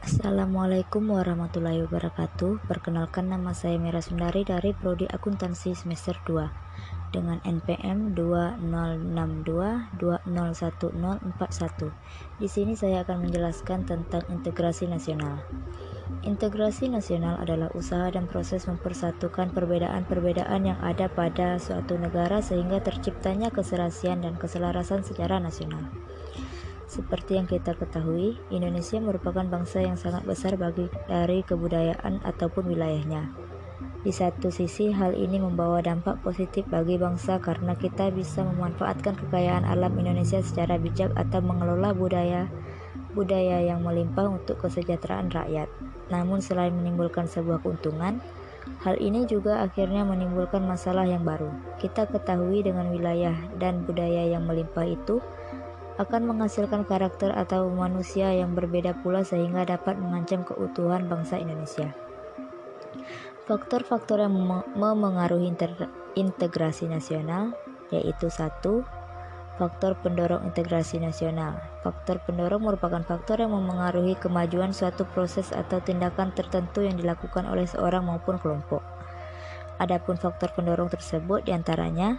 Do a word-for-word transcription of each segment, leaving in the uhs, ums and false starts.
Assalamualaikum warahmatullahi wabarakatuh. Perkenalkan, nama saya Mira Sundari dari Prodi Akuntansi semester dua dengan N P M dua nol enam dua dua nol satu nol empat satu. Di sini saya akan menjelaskan tentang integrasi nasional. Integrasi nasional adalah usaha dan proses mempersatukan perbedaan-perbedaan yang ada pada suatu negara sehingga terciptanya keserasian dan keselarasan secara nasional. Seperti yang kita ketahui, Indonesia merupakan bangsa yang sangat besar bagi dari kebudayaan ataupun wilayahnya. Di satu sisi, hal ini membawa dampak positif bagi bangsa karena kita bisa memanfaatkan kekayaan alam Indonesia secara bijak atau mengelola budaya budaya yang melimpah untuk kesejahteraan rakyat. Namun selain menimbulkan sebuah keuntungan, hal ini juga akhirnya menimbulkan masalah yang baru. Kita ketahui dengan wilayah dan budaya yang melimpah itu akan menghasilkan karakter atau manusia yang berbeda pula sehingga dapat mengancam keutuhan bangsa Indonesia. Faktor-faktor yang memengaruhi integrasi nasional yaitu satu. Faktor pendorong integrasi nasional. Faktor pendorong merupakan faktor yang memengaruhi kemajuan suatu proses atau tindakan tertentu yang dilakukan oleh seorang maupun kelompok. Adapun faktor pendorong tersebut diantaranya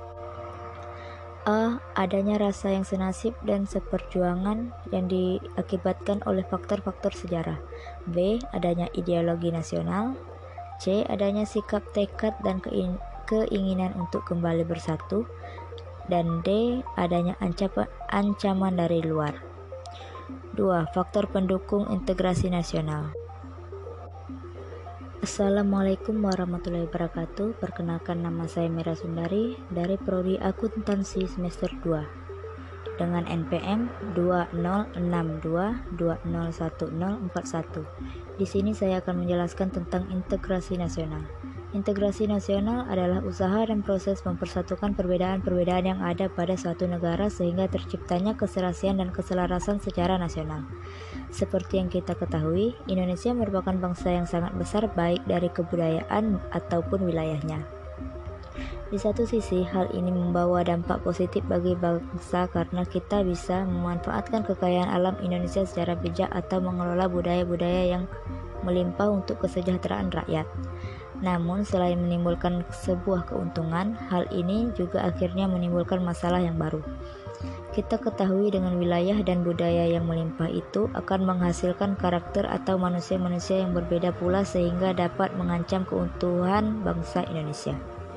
A. Adanya rasa yang senasib dan seperjuangan yang diakibatkan oleh faktor-faktor sejarah. B. Adanya ideologi nasional. C. Adanya sikap tekad dan keinginan untuk kembali bersatu. Dan D. Adanya ancaman dari luar. dua. Faktor pendukung integrasi nasional. Assalamualaikum warahmatullahi wabarakatuh. Perkenalkan, nama saya Mira Sundari dari Prodi Akuntansi semester dua dengan N P M dua nol enam dua dua nol satu nol empat satu. Di sini saya akan menjelaskan tentang integrasi nasional. Integrasi nasional adalah usaha dan proses mempersatukan perbedaan-perbedaan yang ada pada suatu negara sehingga terciptanya keserasian dan keselarasan secara nasional. Seperti yang kita ketahui, Indonesia merupakan bangsa yang sangat besar baik dari kebudayaan ataupun wilayahnya. Di satu sisi, hal ini membawa dampak positif bagi bangsa karena kita bisa memanfaatkan kekayaan alam Indonesia secara bijak atau mengelola budaya-budaya yang melimpah untuk kesejahteraan rakyat. Namun selain menimbulkan sebuah keuntungan, hal ini juga akhirnya menimbulkan masalah yang baru. Kita ketahui dengan wilayah dan budaya yang melimpah itu akan menghasilkan karakter atau manusia-manusia yang berbeda pula sehingga dapat mengancam keutuhan bangsa Indonesia.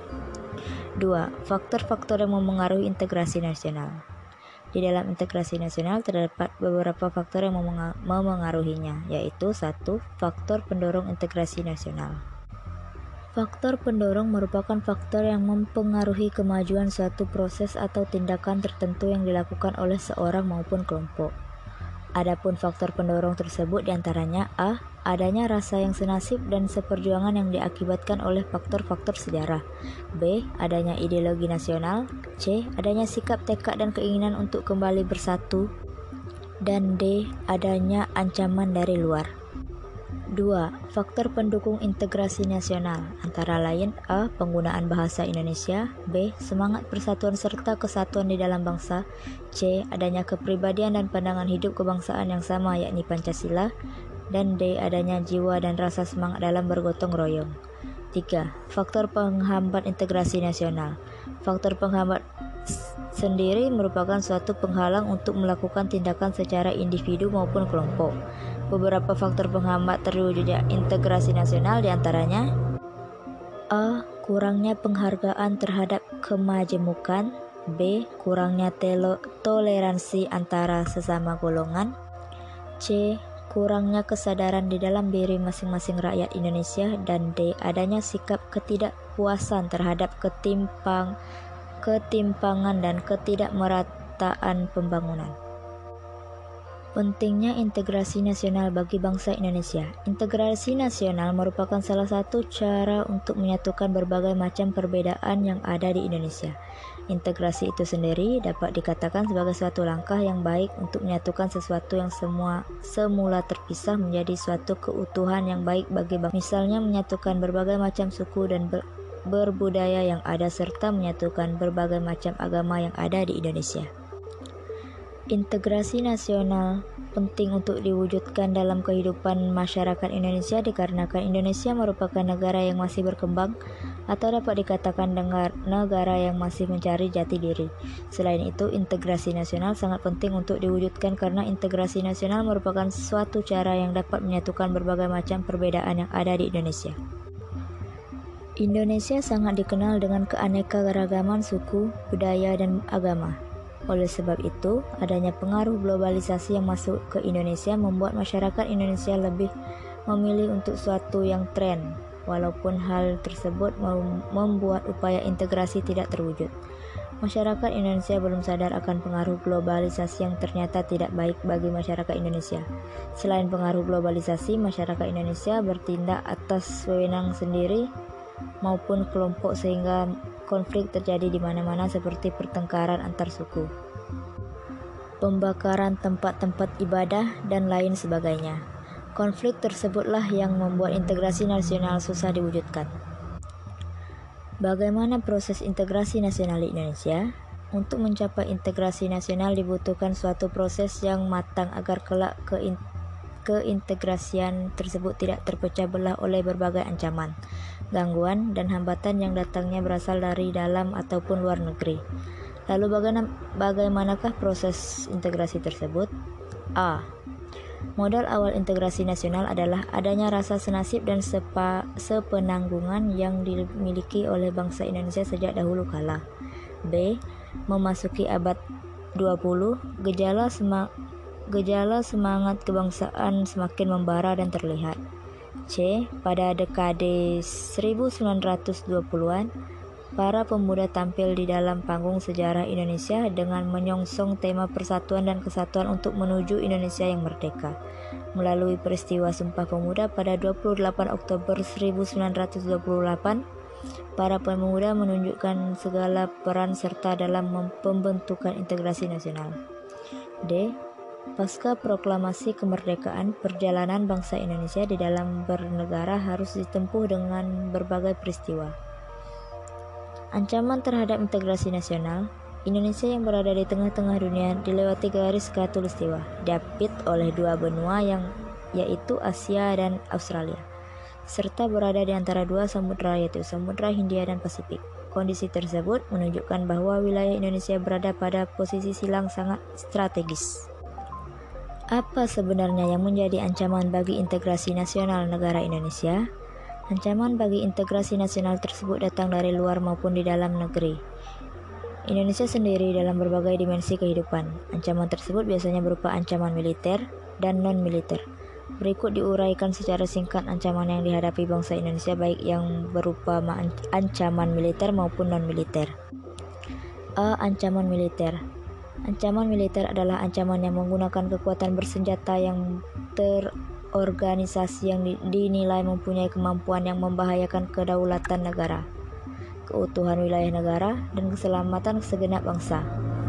dua. Faktor-faktor yang memengaruhi integrasi nasional. Di dalam integrasi nasional terdapat beberapa faktor yang memengaruhinya, yaitu satu. Faktor pendorong integrasi nasional. Faktor pendorong merupakan faktor yang mempengaruhi kemajuan suatu proses atau tindakan tertentu yang dilakukan oleh seorang maupun kelompok. Adapun faktor pendorong tersebut diantaranya A. Adanya rasa yang senasib dan seperjuangan yang diakibatkan oleh faktor-faktor sejarah. B. Adanya ideologi nasional. C. Adanya sikap tekad dan keinginan untuk kembali bersatu. Dan D. Adanya ancaman dari luar. dua. Faktor pendukung integrasi nasional, antara lain A. Penggunaan bahasa Indonesia. B. Semangat persatuan serta kesatuan di dalam bangsa. C. Adanya kepribadian dan pandangan hidup kebangsaan yang sama, yakni Pancasila. Dan D. Adanya jiwa dan rasa semangat dalam bergotong royong. tiga. Faktor penghambat integrasi nasional. Faktor penghambat sendiri merupakan suatu penghalang untuk melakukan tindakan secara individu maupun kelompok. Beberapa faktor penghambat terwujudnya integrasi nasional diantaranya A. Kurangnya penghargaan terhadap kemajemukan. B. Kurangnya toleransi antara sesama golongan. C. Kurangnya kesadaran di dalam diri masing-masing rakyat Indonesia. Dan D. Adanya sikap ketidakpuasan terhadap ketimpang, ketimpangan dan ketidakmerataan pembangunan. Pentingnya integrasi nasional bagi bangsa Indonesia. Integrasi nasional merupakan salah satu cara untuk menyatukan berbagai macam perbedaan yang ada di Indonesia. Integrasi itu sendiri dapat dikatakan sebagai suatu langkah yang baik untuk menyatukan sesuatu yang semua semula terpisah menjadi suatu keutuhan yang baik bagi bangsa. Misalnya menyatukan berbagai macam suku dan ber, berbudaya yang ada serta menyatukan berbagai macam agama yang ada di Indonesia. Integrasi nasional penting untuk diwujudkan dalam kehidupan masyarakat Indonesia dikarenakan Indonesia merupakan negara yang masih berkembang atau dapat dikatakan negara yang masih mencari jati diri. Selain itu, integrasi nasional sangat penting untuk diwujudkan karena integrasi nasional merupakan suatu cara yang dapat menyatukan berbagai macam perbedaan yang ada di Indonesia. Indonesia sangat dikenal dengan keanekaragaman suku, budaya, dan agama. Oleh sebab itu, adanya pengaruh globalisasi yang masuk ke Indonesia membuat masyarakat Indonesia lebih memilih untuk suatu yang tren, walaupun hal tersebut membuat upaya integrasi tidak terwujud. Masyarakat Indonesia belum sadar akan pengaruh globalisasi yang ternyata tidak baik bagi masyarakat Indonesia. Selain pengaruh globalisasi, masyarakat Indonesia bertindak atas wewenang sendiri maupun kelompok sehingga konflik terjadi di mana-mana seperti pertengkaran antar suku, pembakaran tempat-tempat ibadah, dan lain sebagainya. Konflik tersebutlah yang membuat integrasi nasional susah diwujudkan. Bagaimana proses integrasi nasional di Indonesia? Untuk mencapai integrasi nasional dibutuhkan suatu proses yang matang agar kelak ke keintegrasian tersebut tidak terpecah belah oleh berbagai ancaman, gangguan, dan hambatan yang datangnya berasal dari dalam ataupun luar negeri. Lalu bagaimanakah proses integrasi tersebut? A. Modal awal integrasi nasional adalah adanya rasa senasib dan sepa, sepenanggungan yang dimiliki oleh bangsa Indonesia sejak dahulu kala. B. Memasuki abad dua puluh, gejala semak Gejala semangat kebangsaan semakin membara dan terlihat. C. Pada dekade seribu sembilan ratus dua puluhan, para pemuda tampil di dalam panggung sejarah Indonesia dengan menyongsong tema persatuan dan kesatuan untuk menuju Indonesia yang merdeka. Melalui peristiwa Sumpah Pemuda pada dua puluh delapan Oktober seribu sembilan ratus dua puluh delapan, para pemuda menunjukkan segala peran serta dalam pembentukan integrasi nasional. D. Pasca proklamasi kemerdekaan, perjalanan bangsa Indonesia di dalam bernegara harus ditempuh dengan berbagai peristiwa. Ancaman terhadap integrasi nasional, Indonesia yang berada di tengah-tengah dunia dilewati garis khatulistiwa, diapit oleh dua benua yang yaitu Asia dan Australia, serta berada di antara dua samudra yaitu Samudra Hindia dan Pasifik. Kondisi tersebut menunjukkan bahwa wilayah Indonesia berada pada posisi silang sangat strategis. Apa sebenarnya yang menjadi ancaman bagi integrasi nasional negara Indonesia? Ancaman bagi integrasi nasional tersebut datang dari luar maupun di dalam negeri Indonesia sendiri dalam berbagai dimensi kehidupan. Ancaman tersebut biasanya berupa ancaman militer dan non-militer. Berikut diuraikan secara singkat ancaman yang dihadapi bangsa Indonesia baik yang berupa ancaman militer maupun non-militer. A. Ancaman militer. Ancaman militer adalah ancaman yang menggunakan kekuatan bersenjata yang terorganisasi yang dinilai mempunyai kemampuan yang membahayakan kedaulatan negara, keutuhan wilayah negara, dan keselamatan segenap bangsa.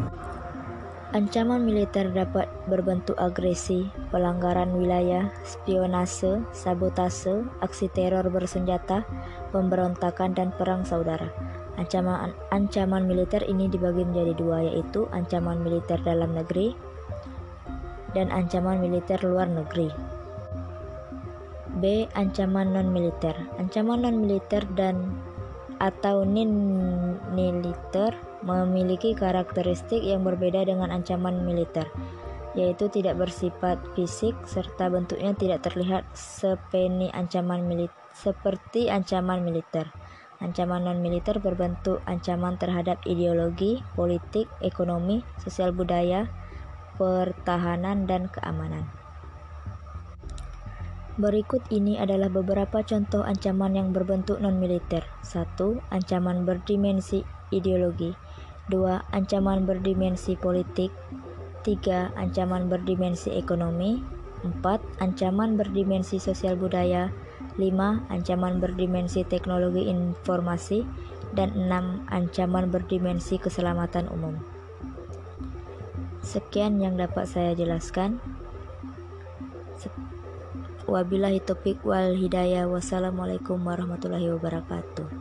Ancaman militer dapat berbentuk agresi, pelanggaran wilayah, spionase, sabotase, aksi teror bersenjata, pemberontakan, dan perang saudara. Ancaman, ancaman militer ini dibagi menjadi dua, yaitu ancaman militer dalam negeri dan ancaman militer luar negeri. B. Ancaman non-militer. Ancaman non-militer dan atau non-militer memiliki karakteristik yang berbeda dengan ancaman militer, yaitu tidak bersifat fisik serta bentuknya tidak terlihat seperti ancaman militer. Seperti ancaman militer. Ancaman non-militer berbentuk ancaman terhadap ideologi, politik, ekonomi, sosial budaya, pertahanan, dan keamanan. Berikut ini adalah beberapa contoh ancaman yang berbentuk non-militer. satu. Ancaman berdimensi ideologi. dua. Ancaman berdimensi politik. tiga. Ancaman berdimensi ekonomi. empat. Ancaman berdimensi sosial budaya. lima. Ancaman berdimensi teknologi informasi. Dan enam. Ancaman berdimensi keselamatan umum. Sekian yang dapat saya jelaskan. Wabillahi taufiq wal hidayah. Wassalamualaikum warahmatullahi wabarakatuh.